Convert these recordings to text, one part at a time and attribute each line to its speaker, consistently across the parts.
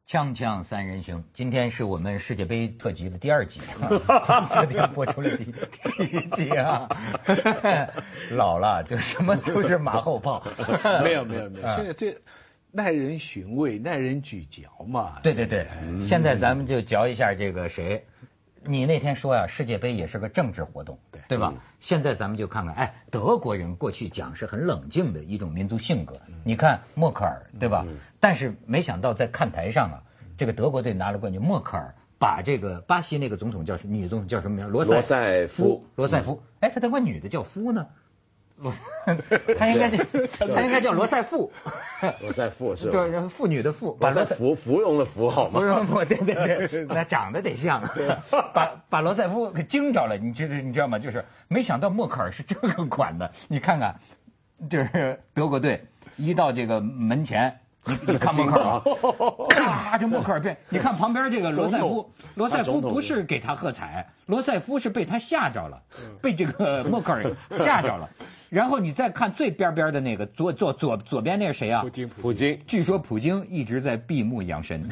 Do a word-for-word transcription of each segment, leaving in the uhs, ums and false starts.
Speaker 1: 锵锵三人行，今天是我们世界杯特辑的第二集，昨天播出了第第一集啊。老了就什么都是马后炮。
Speaker 2: 没有没有没有，现在这耐人寻味、耐人咀嚼嘛。
Speaker 1: 对对对，嗯、现在咱们就嚼一下这个谁。你那天说呀、啊，世界杯也是个政治活动，对对吧？嗯、现在咱们就看看，哎，德国人过去讲是很冷静的一种民族性格。嗯、你看默克尔，对吧？嗯、但是没想到在看台上啊，这个德国队拿了冠军，默克尔把这个巴西那个总统叫女总统叫什么名？罗
Speaker 3: 罗塞夫。
Speaker 1: 罗塞夫，哎，他怎么女的叫夫呢？罗，他应该叫他应该叫罗塞妇，
Speaker 3: 罗塞妇是吧？
Speaker 1: 就是妇女的妇，
Speaker 3: 把罗塞芙芙蓉的芙好吗？
Speaker 1: 芙蓉妇，对对对，那长得得像，把把罗塞夫给惊着了，你知道你知道吗？就是没想到默克尔是这个管的，你看看，就是德国队一到这个门前。你你看默克尔啊，咔，这默克尔变，你看旁边这个罗塞夫，罗塞夫不是给他喝彩，罗塞夫是被他吓着了，被这个默克尔吓着了。然后你再看最边边的那个左左左左边那是谁啊？
Speaker 3: 普京。普京。
Speaker 1: 据说普京一直在闭目养神。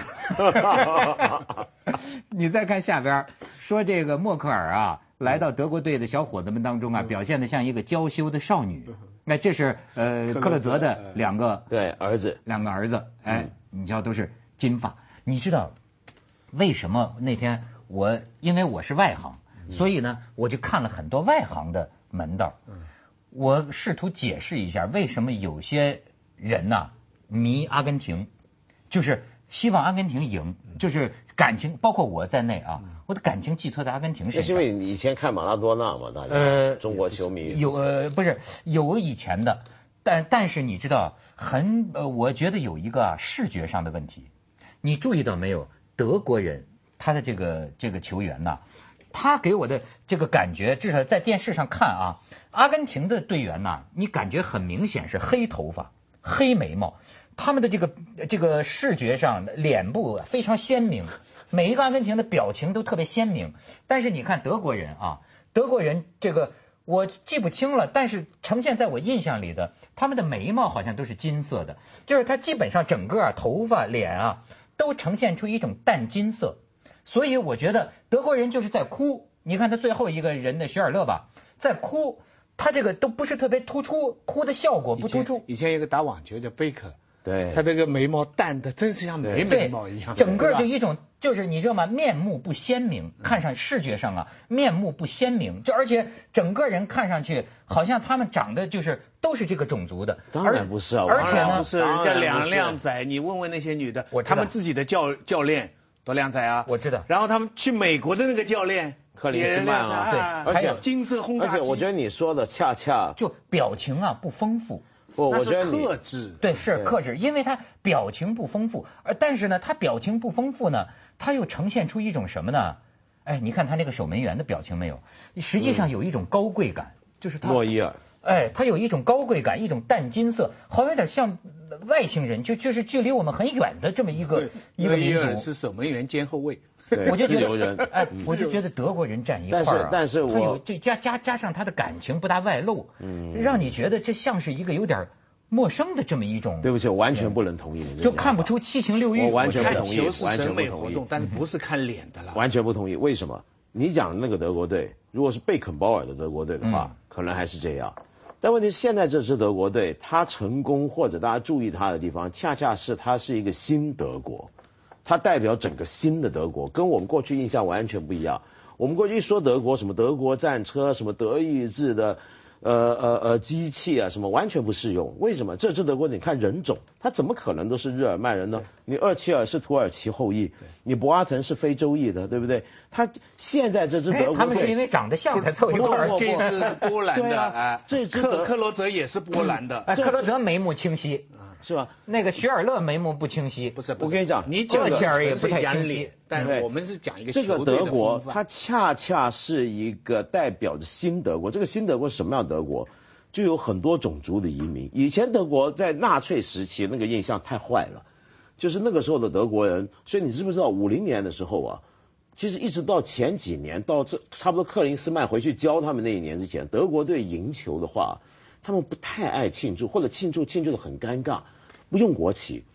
Speaker 1: 你再看下边，说这个默克尔啊，来到德国队的小伙子们当中啊，表现得像一个娇羞的少女。那这是呃克勒泽的两个
Speaker 3: 对儿子，
Speaker 1: 两个儿子，哎，你知道都是金发。你知道为什么那天我因为我是外行，所以呢我就看了很多外行的门道。我试图解释一下为什么有些人呐、啊、迷阿根廷，就是希望阿根廷赢，就是感情，包括我在内啊，我的感情寄托在阿根廷身上。
Speaker 3: 是因为你以前看马拉多纳嘛，大家呃，中国球迷
Speaker 1: 有呃不是有以前的，但但是你知道很呃，我觉得有一个、啊、视觉上的问题，你注意到没有？德国人他的这个这个球员呐、啊，他给我的这个感觉，至少在电视上看啊，阿根廷的队员呐、啊，你感觉很明显是黑头发、黑眉毛。他们的这个这个视觉上脸部非常鲜明，每一个阿根廷的表情都特别鲜明。但是你看德国人啊，德国人这个我记不清了，但是呈现在我印象里的，他们的眉毛好像都是金色的，就是他基本上整个啊头发脸啊都呈现出一种淡金色。所以我觉得德国人就是在哭。你看他最后一个人的许尔勒吧，在哭，他这个都不是特别突出，哭的效果不突出。
Speaker 2: 以前, 以前有个打网球叫贝克。
Speaker 3: 对，
Speaker 2: 他这个眉毛淡的真是像没眉毛一样，
Speaker 1: 整个就一种就是你知道吗？面目不鲜明，看上视觉上啊，面目不鲜明，就而且整个人看上去好像他们长得就是都是这个种族的。
Speaker 3: 当然不是啊，
Speaker 1: 而且呢，
Speaker 2: 不是人家两靓仔，你问问那些女的，他们自己的教教练多靓仔啊，
Speaker 1: 我知道。
Speaker 2: 然后他们去美国的那个教练
Speaker 3: 克林斯曼啊，
Speaker 1: 对，
Speaker 3: 而且
Speaker 2: 金色轰炸机，
Speaker 3: 而且我觉得你说的恰恰
Speaker 1: 就表情啊不丰富。
Speaker 3: 不，我觉得
Speaker 2: 克制，
Speaker 1: 对，是克制，因为他表情不丰富，而但是呢，他表情不丰富呢，他又呈现出一种什么呢？哎，你看他那个守门员的表情没有？实际上有一种高贵感，嗯、就是他
Speaker 3: 诺伊尔，
Speaker 1: 哎，他有一种高贵感，一种淡金色，好像有点像外星人，就就是距离我们很远的这么一个一个民族。
Speaker 2: 诺伊尔是守门员兼后卫。
Speaker 1: 我就觉得，哎，我就觉得德国人站一块儿、啊，
Speaker 3: 但是但是我
Speaker 1: 他有这加加加上他的感情不大外露，嗯，让你觉得这像是一个有点陌生的这么一种。
Speaker 3: 对不起，我完全不能同意你这
Speaker 1: 就看不出七情六欲。
Speaker 3: 我完全不同意，
Speaker 2: 看球是
Speaker 3: 完全
Speaker 2: 审美
Speaker 3: 不同意。
Speaker 2: 活动，但是不是看脸的啦。
Speaker 3: 完全不同意，为什么？你讲那个德国队，如果是贝肯鲍尔的德国队的话，嗯、可能还是这样。但问题是现在这支德国队，他成功或者大家注意他的地方，恰恰是他是一个新德国。它代表整个新的德国，跟我们过去印象完全不一样。我们过去一说德国，什么德国战车，什么德意志的，呃呃呃机器啊，什么完全不适用。为什么？这支德国，你看人种，他怎么可能都是日耳曼人呢？你厄齐尔是土耳其后裔，你博阿滕是非洲裔的，对不对？他现在这支德国队，
Speaker 1: 他们是因为长得像才凑一块儿。
Speaker 2: 这是波兰的，
Speaker 1: 啊、
Speaker 2: 这支克克罗泽也是波兰的，
Speaker 1: 哎，克罗泽眉目清晰。
Speaker 3: 是吧？
Speaker 1: 那个许尔勒眉目不清晰，
Speaker 2: 不是，
Speaker 3: 我跟你讲，
Speaker 2: 你讲
Speaker 1: 厄齐尔也不太清晰，
Speaker 2: 但是我们是讲一个
Speaker 3: 这个德国，它恰恰是一个代表着新德国。这个新德国是什么样的德国？就有很多种族的移民。以前德国在纳粹时期那个印象太坏了，就是那个时候的德国人。所以你知不知道五零年的时候啊，其实一直到前几年，到这差不多克林斯曼回去教他们那一年之前，德国队赢球的话，他们不太爱庆祝，或者庆祝庆祝的很尴尬，不用国旗。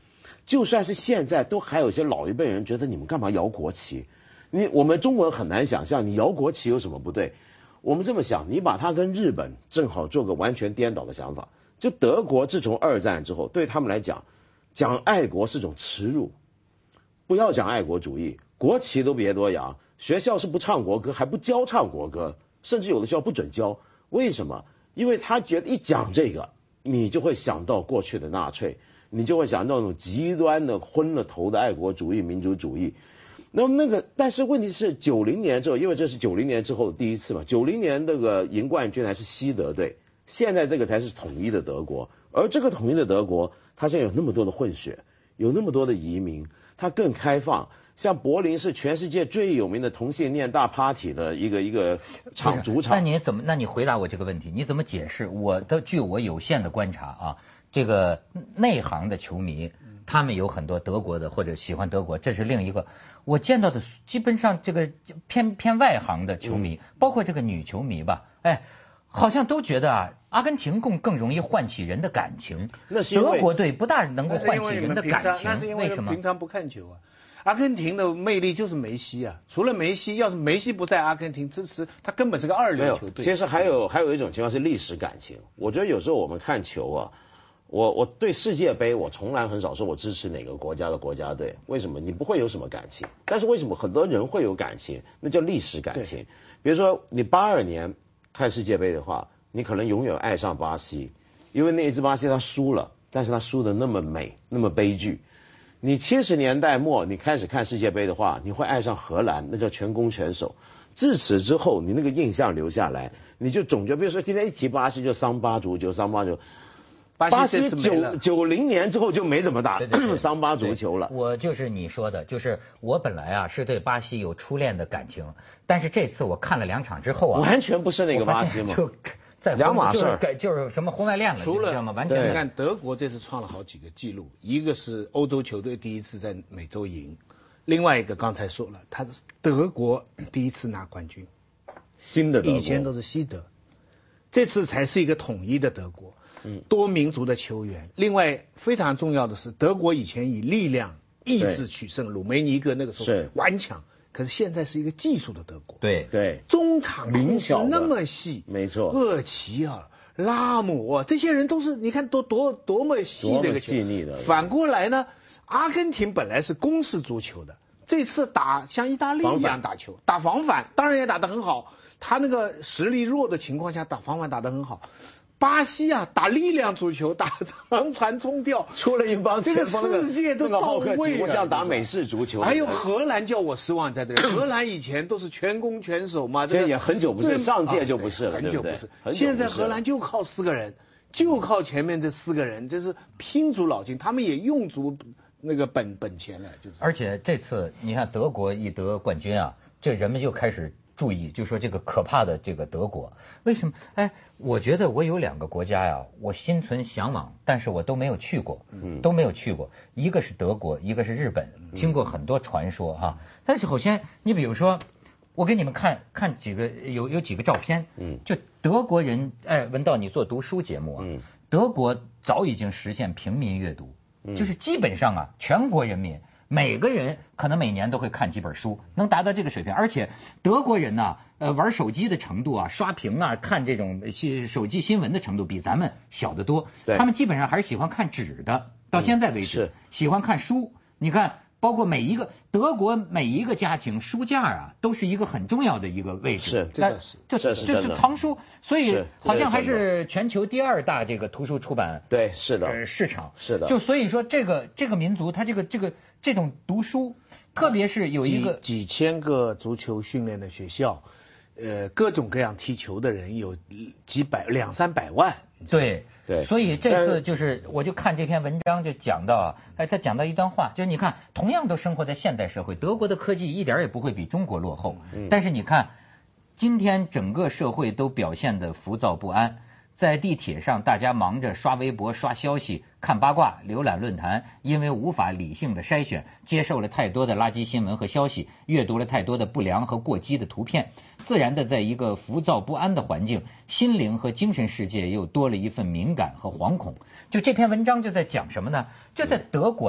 Speaker 3: 就算是现在，都还有些老一辈人觉得你们干嘛摇国旗？你我们中国人很难想象，你摇国旗有什么不对？我们这么想，你把它跟日本正好做个完全颠倒的想法。就德国自从二战之后，对他们来讲，讲爱国是种耻辱，不要讲爱国主义，国旗都别多扬，学校是不唱国歌，还不教唱国歌，甚至有的学校不准教。为什么？因为他觉得一讲这个，你就会想到过去的纳粹，你就会想到那种极端的昏了头的爱国主义、民族主义。那么那个，但是问题是九零年之后，因为这是九零年之后的第一次嘛，九零年那个赢冠军还是西德队，现在这个才是统一的德国，而这个统一的德国，它现在有那么多的混血，有那么多的移民，它更开放。像柏林是全世界最有名的同性恋大 party 的一个一个场主场。
Speaker 1: 那你怎么？那你回答我这个问题，你怎么解释？我的据我有限的观察啊，这个内行的球迷，他们有很多德国的或者喜欢德国，这是另一个。我见到的基本上这个偏偏外行的球迷，包括这个女球迷吧，哎，好像都觉得啊，阿根廷更更容易唤起人的感情。
Speaker 3: 那是因为
Speaker 1: 德国队不大能够唤起人的感情，
Speaker 2: 那是因为
Speaker 1: 什么？
Speaker 2: 平常不看球啊。阿根廷的魅力就是梅西啊，除了梅西，要是梅西不在阿根廷支持，他根本是个二流球队。
Speaker 3: 其实还有还有一种情况是历史感情。我觉得有时候我们看球啊，我我对世界杯我从来很少说我支持哪个国家的国家队，为什么？你不会有什么感情，但是为什么很多人会有感情？那叫历史感情。比如说你八二年看世界杯的话，你可能永远爱上巴西，因为那一支巴西他输了，但是他输的那么美，那么悲剧。你七十年代末你开始看世界杯的话，你会爱上荷兰，那叫全攻全守。自此之后，你那个印象留下来，你就总觉得，比如说今天一提巴西就桑巴足球，桑巴足球。巴西九九零年之后就没怎么打
Speaker 1: 对对对
Speaker 3: 桑巴足球了。
Speaker 1: 我就是你说的，就是我本来啊是对巴西有初恋的感情，但是这次我看了两场之后啊，
Speaker 3: 完全不是那个巴西嘛。
Speaker 1: 在
Speaker 3: 两码事，
Speaker 1: 就是就是什么婚外恋了，
Speaker 2: 除了
Speaker 1: 完全
Speaker 2: 你看德国这次创了好几个记录，一个是欧洲球队第一次在美洲赢，另外一个刚才说了，他是德国第一次拿冠军，
Speaker 3: 新的德国
Speaker 2: 以前都是西德，这次才是一个统一的德国，嗯，多民族的球员。另外非常重要的是，德国以前以力量意志取胜，鲁梅尼格那个时候顽强。可是现在是一个技术的德国，
Speaker 1: 对
Speaker 3: 对，
Speaker 2: 中场控制那么细，
Speaker 3: 没错，
Speaker 2: 厄齐尔、拉姆这些人都是你看多多多么细的一个球，
Speaker 3: 细腻的。
Speaker 2: 反过来呢，阿根廷本来是攻势足球的，这次打像意大利一样打球，打防反，当然也打得很好。他那个实力弱的情况下打防反打得很好。巴西啊，打力量足球，打长传冲吊，
Speaker 3: 出了一帮前锋，
Speaker 2: 这个世界都到位了，
Speaker 3: 像打美式足球。
Speaker 2: 还有荷兰叫我失望在这里，荷兰以前都是全攻全守嘛，
Speaker 3: 这也很久不是，上届就不是了，
Speaker 2: 很久不是。现在荷兰就靠四个人，就靠前面这四个人，这是拼足脑筋，他们也用足那个本本钱了，就是。
Speaker 1: 而且这次你看德国一得冠军啊，这人们又开始注意，就说这个可怕的这个德国，为什么？哎，我觉得我有两个国家呀，我心存向往，但是我都没有去过，嗯，都没有去过。一个是德国，一个是日本，听过很多传说哈。但是首先，你比如说，我给你们看看几个有有几个照片，嗯，就德国人，哎，文道你做读书节目啊，嗯，德国早已经实现平民阅读，就是基本上啊，全国人民。每个人可能每年都会看几本书，能达到这个水平。而且德国人呢，呃，玩手机的程度啊，刷屏啊，看这种手机新闻的程度比咱们小得多。他们基本上还是喜欢看纸的，到现在为止，嗯、喜欢看书。你看，包括每一个德国每一个家庭书架啊，都是一个很重要的一个位置。
Speaker 3: 是，
Speaker 2: 这个是，
Speaker 1: 这
Speaker 3: 这
Speaker 1: 是这是藏书，所以好像还是全球第二大这个图书出版
Speaker 3: 对是的、
Speaker 1: 呃、市场。
Speaker 3: 是的，
Speaker 1: 就所以说这个这个民族，他这个这个这种读书，特别是有一个
Speaker 2: 几, 几千个足球训练的学校，呃，各种各样踢球的人有几百两三百万。
Speaker 1: 对
Speaker 3: 对，
Speaker 1: 所以这次就是我就看这篇文章就讲到，哎，他讲到一段话，就是你看，同样都生活在现代社会，德国的科技一点也不会比中国落后，嗯、但是你看，今天整个社会都表现得浮躁不安。在地铁上，大家忙着刷微博、刷消息、看八卦、浏览论坛，因为无法理性的筛选，接受了太多的垃圾新闻和消息，阅读了太多的不良和过激的图片，自然的在一个浮躁不安的环境，心灵和精神世界又多了一份敏感和惶恐。就这篇文章就在讲什么呢？就在德国呀，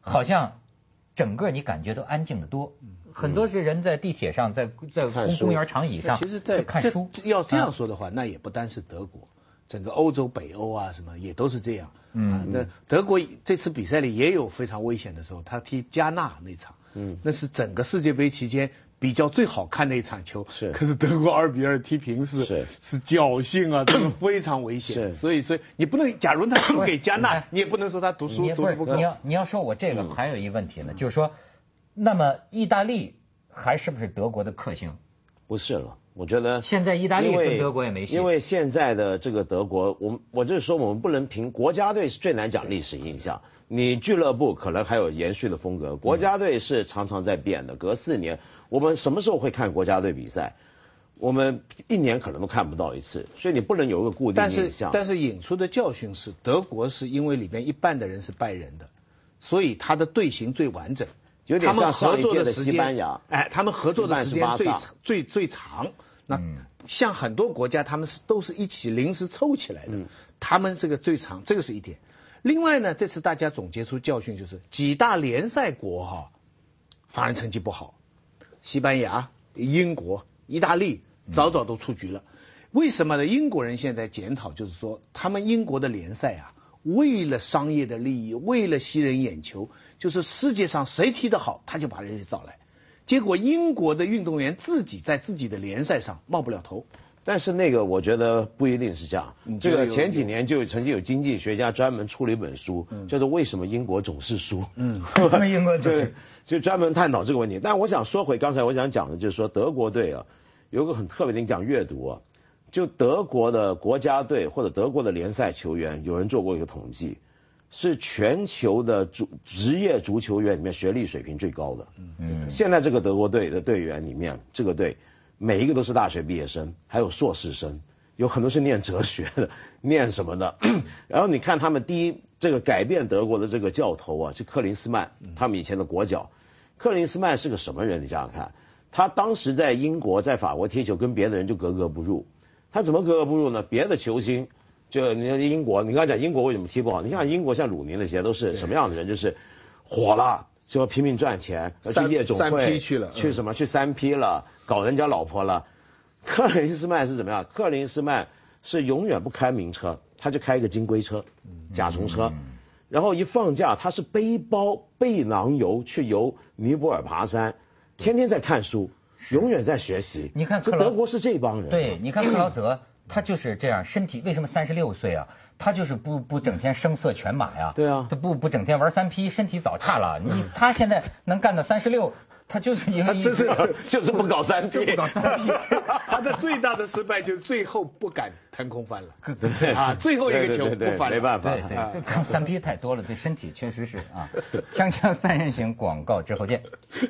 Speaker 1: 好像整个你感觉都安静的多。很多是人在地铁上，在在公公园长椅上，
Speaker 2: 其实在
Speaker 1: 看书。
Speaker 2: 要这样说的话，那也不单是德国，整个欧洲、北欧啊什么也都是这样。嗯，那德国这次比赛里也有非常危险的时候，他踢加纳那场，嗯，那是整个世界杯期间比较最好看的一场球。
Speaker 3: 是，
Speaker 2: 可是德国二比二踢平是
Speaker 3: 是
Speaker 2: 是侥幸啊，这个非常危险。
Speaker 3: 是，
Speaker 2: 所以所以你不能，假如他输给加纳，你也不能说他读书读不够。
Speaker 1: 你要你要说我这个还有一个问题呢，就是说。那么意大利还是不是德国的克星？
Speaker 3: 不是了，我觉得
Speaker 1: 现在意大利跟德国也没戏。
Speaker 3: 因为现在的这个德国，我我就是说我们不能凭国家队是最难讲历史印象，你俱乐部可能还有延续的风格，国家队是常常在变的，隔四年我们什么时候会看国家队比赛？我们一年可能都看不到一次，所以你不能有一个固定印象。
Speaker 2: 但是但是引出的教训是，德国是因为里边一半的人是拜仁的，所以他的队形最完整。
Speaker 3: 有点像上一届的西班牙，
Speaker 2: 哎，他们合作的时间最最最长。那像很多国家，他们是都是一起临时凑起来的，嗯、他们这个最长，这个是一点。另外呢，这次大家总结出教训就是几大联赛国哈，反而成绩不好，西班牙、英国、意大利早早都出局了。嗯、为什么呢？英国人现在检讨就是说，他们英国的联赛啊。为了商业的利益，为了吸人眼球，就是世界上谁踢得好，他就把人家找来。结果英国的运动员自己在自己的联赛上冒不了头。
Speaker 3: 但是那个我觉得不一定是这样。这个前几年就曾经有经济学家专门出了一本书，嗯、叫做《为什么英国总是输》。嗯，
Speaker 1: 英国就
Speaker 3: 就专门探讨这个问题。但我想说回刚才我想讲的，就是说德国队啊，有个很特别的，你讲阅读啊。就德国的国家队或者德国的联赛球员，有人做过一个统计，是全球的足职业足球员里面学历水平最高的。嗯，现在这个德国队的队员里面，这个队每一个都是大学毕业生，还有硕士生，有很多是念哲学的，念什么的。然后你看他们第一这个改变德国的这个教头啊，就克林斯曼，他们以前的国脚。克林斯曼是个什么人？你想想看，他当时在英国、在法国踢球，跟别的人就格格不入。他怎么格格不入呢？别的球星，就你看英国，你刚才讲英国为什么踢不好？你看英国像鲁尼那些都是什么样的人？就是火了就要拼命赚钱，要去夜总会，
Speaker 2: 三 P 去了，
Speaker 3: 去什么去三 P 了，搞人家老婆了。克林斯曼是怎么样？克林斯曼是永远不开名车，他就开一个金龟车、甲虫车，然后一放假他是背包背囊游去游尼泊尔爬山，天天在看书。永远在学习。
Speaker 1: 你看，
Speaker 3: 德国是这帮人。
Speaker 1: 对，你看克劳泽，他就是这样，身体为什么三十六岁啊？他就是不不整天声色犬马呀。
Speaker 3: 对啊。
Speaker 1: 他不不整天玩三 P， 身体早差了。你他现在能干到三十六，他就是因为
Speaker 3: 就是就是不搞三 P，
Speaker 1: 不搞三 P。
Speaker 2: 他的最大的失败就是最后不敢腾空翻了。对啊，最后一个球不翻，
Speaker 3: 没办法。
Speaker 1: 对对，搞三 P 太多了，对身体确实是啊。锵锵三人行，广告之后见。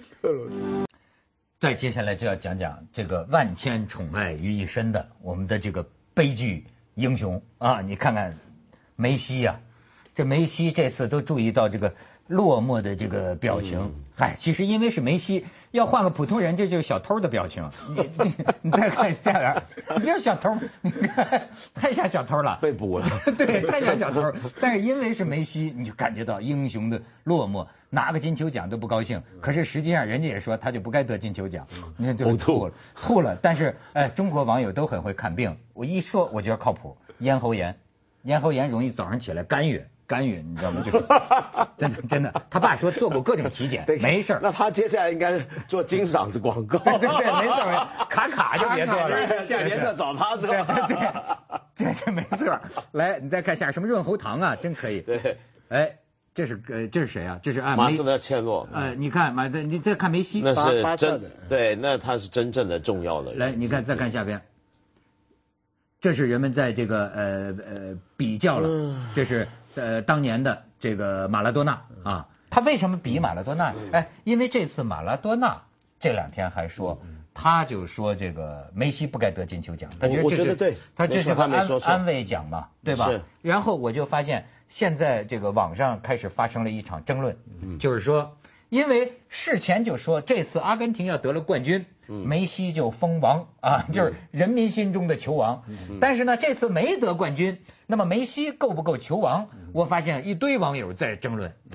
Speaker 1: 再接下来就要讲讲这个万千宠爱于一身的我们的这个悲剧英雄啊！你看看梅西呀、啊，这梅西这次都注意到这个落寞的这个表情。嗨、嗯，其实因为是梅西，要换个普通人，这就是小偷的表情。你你你再看下边，你就是小偷，你看太像小偷了，
Speaker 3: 被捕了。
Speaker 1: 对，太像小偷。但是因为是梅西，你就感觉到英雄的落寞。拿个金球奖都不高兴，可是实际上人家也说他就不该得金球奖，你看就吐了吐了。但是哎，中国网友都很会看病，我一说我觉得靠谱。咽喉炎，咽喉炎容易早上起来干哕干哕，你知道吗？就是真的真的，他爸说做过各种体检，没事。
Speaker 3: 那他接下来应该做金嗓子广告，
Speaker 1: 对对对，没错，卡卡就别做了，
Speaker 3: 下年再找他是吧？
Speaker 1: 对对对，这没错。来，你再看下什么润喉糖啊，真可以。
Speaker 3: 对，
Speaker 1: 哎。这是呃，这是谁啊？这是啊，
Speaker 3: 马斯德切诺。
Speaker 1: 呃，你看马，你再看梅西，
Speaker 3: 那是真对，那他是真正的重要的人。
Speaker 1: 来，你看，再看下边，这是人们在这个呃呃比较了，嗯、这是呃当年的这个马拉多纳啊。他为什么比马拉多纳？嗯、哎，因为这次马拉多纳这两天还说。嗯他就说这个梅西不该得金球奖，他觉得这是
Speaker 3: 对，
Speaker 1: 他这是个安安慰奖嘛，对吧？然后我就发现现在这个网上开始发生了一场争论，嗯、就是说，因为事前就说这次阿根廷要得了冠军，嗯、梅西就封王啊，就是人民心中的球王。嗯、但是呢，这次没得冠军，那么梅西够不够球王？嗯、我发现一堆网友在争论。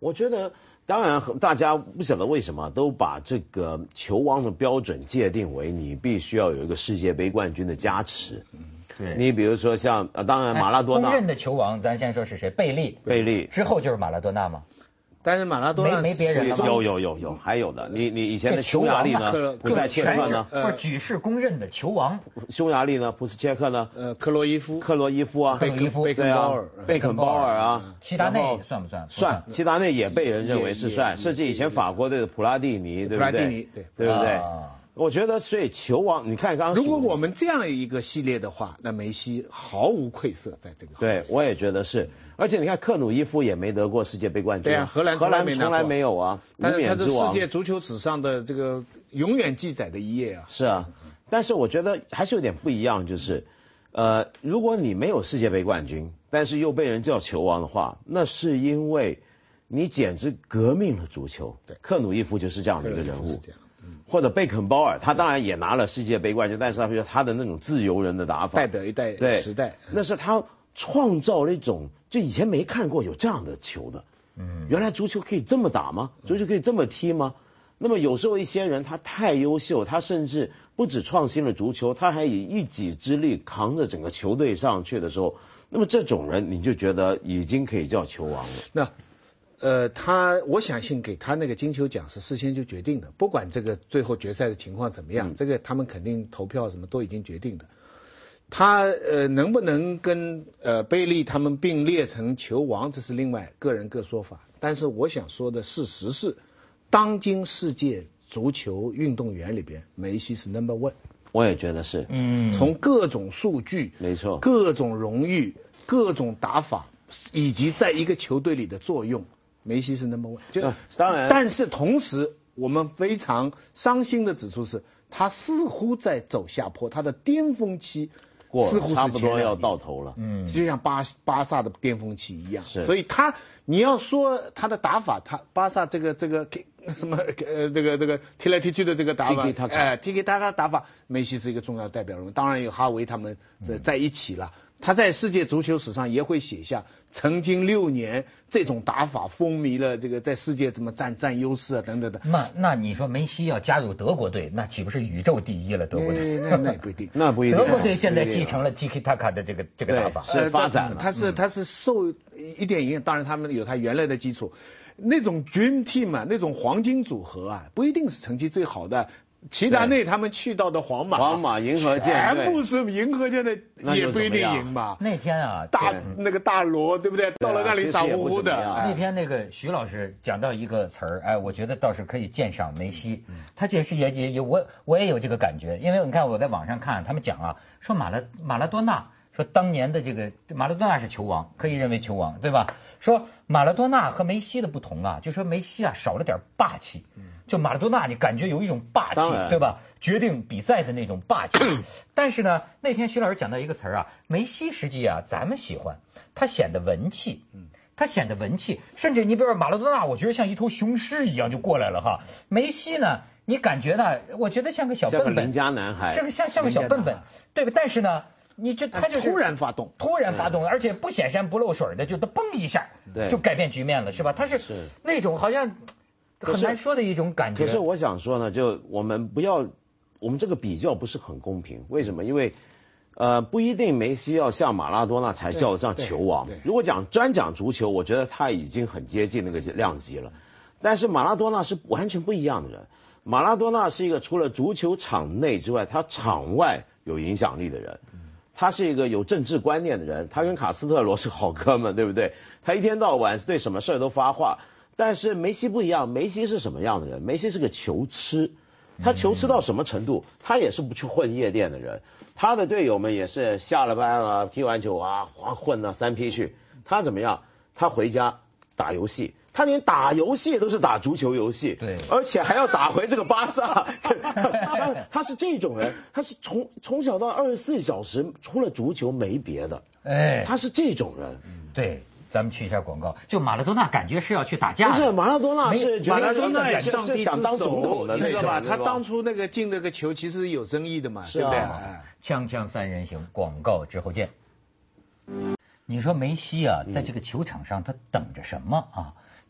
Speaker 3: 我觉得，当然大家不晓得为什么都把这个球王的标准界定为你必须要有一个世界杯冠军的加持。嗯，
Speaker 1: 对。
Speaker 3: 你比如说像呃，当然马拉多纳。
Speaker 1: 公认的球王，咱先说是谁？贝利。
Speaker 3: 贝利
Speaker 1: 之后就是马拉多纳吗？
Speaker 2: 但是马拉多纳
Speaker 1: 没没别人了吗？
Speaker 3: 有有有有，还有的。你你以前的匈牙利呢？普塞切克呢？
Speaker 1: 不是举世公认的球王。
Speaker 3: 匈牙利呢？普斯切克呢？
Speaker 2: 呃，克洛伊夫。
Speaker 3: 克洛伊夫啊。
Speaker 1: 克洛伊夫。
Speaker 2: 贝肯鲍尔。
Speaker 3: 贝肯鲍尔啊。
Speaker 1: 齐达内算不算？
Speaker 3: 算，齐达内也被人认为是算，甚至以前法国队的普拉蒂尼，对不对？普拉蒂尼，对，对不对？我觉得，所以球王，你看刚刚，
Speaker 2: 如果我们这样一个系列的话，那梅西毫无愧色在这个。
Speaker 3: 对，我也觉得是。而且你看，克鲁伊夫也没得过世界杯冠军。
Speaker 2: 对啊，荷兰
Speaker 3: 荷兰从来没有啊。
Speaker 2: 但是他是世界足球史上的这个永远记载的一页啊。
Speaker 3: 是啊，但是我觉得还是有点不一样，就是，呃，如果你没有世界杯冠军，但是又被人叫球王的话，那是因为你简直革命了足球。
Speaker 2: 对，
Speaker 3: 克鲁伊夫就是这样的一个人物。或者贝肯鲍尔，他当然也拿了世界杯冠军，但是他比如他的那种自由人的打法，
Speaker 2: 代表一代时代，
Speaker 3: 那是他创造了一种就以前没看过有这样的球的。嗯，原来足球可以这么打吗？足球可以这么踢吗？那么有时候一些人他太优秀，他甚至不止创新了足球，他还以一己之力扛着整个球队上去的时候，那么这种人你就觉得已经可以叫球王了。
Speaker 2: 那。呃，他我相信给他那个金球奖是事先就决定的，不管这个最后决赛的情况怎么样，嗯、这个他们肯定投票什么都已经决定的。他呃能不能跟呃贝利他们并列成球王，这是另外个人各说法。但是我想说的事实是，当今世界足球运动员里边，梅西是 number one。
Speaker 3: 我也觉得是，
Speaker 2: 嗯，从各种数据，
Speaker 3: 没错，
Speaker 2: 各种荣誉、各种打法，以及在一个球队里的作用。梅西是 number one， 就、
Speaker 3: 啊、当然，
Speaker 2: 但是同时我们非常伤心的指出是，他似乎在走下坡，他的巅峰期似乎是
Speaker 3: 差不多要到头了，
Speaker 2: 嗯，就像巴巴萨的巅峰期一样，所以他你要说他的打法，他巴萨这个这个什么呃这个这个踢来踢去的这个打法，哎，踢给大家打法，梅西是一个重要代表人物，当然有哈维他们在在一起了。他在世界足球史上也会写下，曾经六年这种打法风靡了这个在世界怎么占占优势啊等等的。
Speaker 1: 那那你说梅西要加入德国队，那岂不是宇宙第一了？德国队
Speaker 2: 那那也不一定，
Speaker 3: 那不一定。
Speaker 1: 德国队现在继承了 Tiki Taka 的这个这个打法，
Speaker 3: 是发展了。
Speaker 2: 他是他是受一点影响，当然他们有他原来的基础。那种 Dream Team 啊，那种黄金组合啊，不一定是成绩最好的。齐达内他们去到的皇马，
Speaker 3: 皇马银河舰
Speaker 2: 全部是银河舰的，也不一定赢吧。
Speaker 1: 那天啊，
Speaker 2: 大那个大罗对不对？到了那里傻乎乎的。
Speaker 1: 那天那个徐老师讲到一个词儿，哎，我觉得倒是可以鉴赏梅西。他这是也也也我我也有这个感觉，因为你看我在网上看他们讲啊，说马拉马拉多纳。说当年的这个马拉多纳是球王，可以认为球王，对吧？说马拉多纳和梅西的不同啊，就说梅西啊少了点霸气，就马拉多纳你感觉有一种霸气，对吧？决定比赛的那种霸气。但是呢，那天徐老师讲到一个词儿啊，梅西实际啊咱们喜欢，他显得文气，他显得文气，甚至你比如说马拉多纳，我觉得像一头雄狮一样就过来了哈。梅西呢，你感觉呢，我觉得像个小笨笨，
Speaker 3: 邻家男孩，
Speaker 1: 是不是像像个小笨笨，对吧？但是呢。你这他就是
Speaker 2: 突然发动，
Speaker 1: 突然发动，而且不显山不漏水的，就他嘣一下，就改变局面了，是吧？他是那种好像很难说的一种感觉。
Speaker 3: 可是我想说呢，就我们不要，我们这个比较不是很公平。为什么？因为呃，不一定梅西要像马拉多纳才叫得上球王。如果讲专讲足球，我觉得他已经很接近那个量级了。但是马拉多纳是完全不一样的人。马拉多纳是一个除了足球场内之外，他场外有影响力的人。他是一个有政治观念的人，他跟卡斯特罗是好哥们，对不对？他一天到晚对什么事都发话。但是梅西不一样，梅西是什么样的人？梅西是个球痴，他球痴到什么程度？他也是不去混夜店的人，他的队友们也是下了班啊，踢完球啊，混啊三 P 去。他怎么样？他回家打游戏。他连打游戏都是打足球游戏，
Speaker 1: 对，
Speaker 3: 而且还要打回这个巴萨。他, 他是这种人，他是从从小到二十四小时除了足球没别的，哎，他是这种人。
Speaker 1: 对，咱们去一下广告。就马拉多纳感觉是要去打架，
Speaker 3: 不是马拉多纳是
Speaker 2: 马拉多纳
Speaker 3: 是是想当总统的那个
Speaker 2: 吧？他当初那个进那个球其实有争议的嘛，对不对？
Speaker 1: 锵锵三人行，广告之后见。你说梅西啊，在这个球场上他等着什么啊？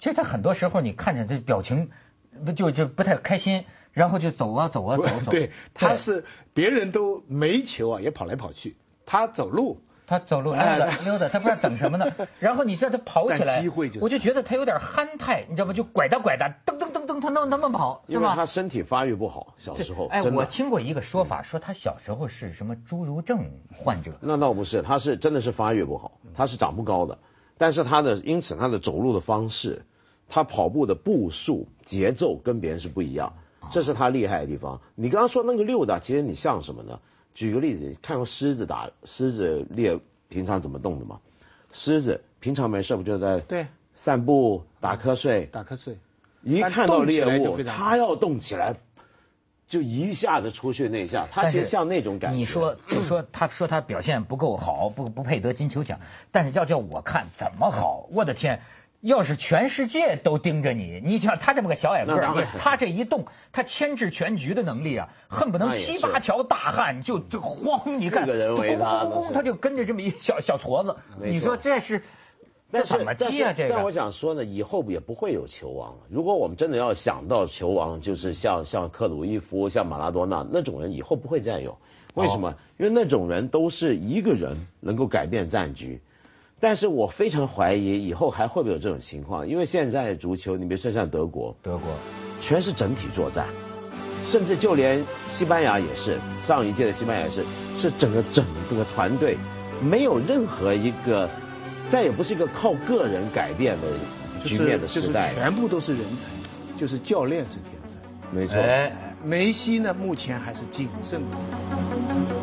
Speaker 1: 其实他很多时候你看见这表情，就就不太开心，然后就走啊走啊走走。
Speaker 2: 对，他是别人都没球啊，也跑来跑去，他走路。
Speaker 1: 他走路溜达溜达，他不知道等什么呢。然后你知道他跑起来，我就觉得他有点憨态，你知道吗？就拐哒拐哒，噔噔噔噔，他那那么跑，
Speaker 3: 因为他身体发育不好，小时候。
Speaker 1: 哎，我听过一个说法，说他小时候是什么侏儒症患者。
Speaker 3: 那倒不是，他是真的是发育不好，他是长不高的，但是他的因此他的走路的方式，他跑步的步数节奏跟别人是不一样，这是他厉害的地方。你刚刚说那个溜达，其实你像什么呢？举个例子，你看过狮子打狮子猎平常怎么动的吗？狮子平常没事不就在
Speaker 2: 对
Speaker 3: 散步打瞌睡，
Speaker 2: 打瞌睡，
Speaker 3: 一看到猎物，它要动起来，就一下子出去那一下，它其实像那种感觉。
Speaker 1: 你说就说他说他表现不够好，不不配得金球奖，但是要叫我看怎么好，我的天！要是全世界都盯着你，你像他这么个小矮个儿，他这一动，他牵制全局的能力啊，恨不能七八条大汉就就慌，你看，
Speaker 3: 咣
Speaker 1: 咣咣，他就跟着这么一小小矬子，你说这是这怎么踢啊？这个？
Speaker 3: 但我想说呢，以后也不会有球王了。如果我们真的要想到球王，就是像像克鲁伊夫、像马拉多纳那种人，以后不会再有。为什么？因为那种人都是一个人能够改变战局。但是我非常怀疑以后还会不会有这种情况，因为现在足球，你比如说像德国，
Speaker 1: 德国
Speaker 3: 全是整体作战，甚至就连西班牙也是，上一届的西班牙也是，是整个整个团队，没有任何一个，再也不是一个靠个人改变的局面的时代，
Speaker 2: 就是全部都是人才，就是教练是天才，
Speaker 3: 没错。
Speaker 2: 哎，梅西呢，目前还是谨慎。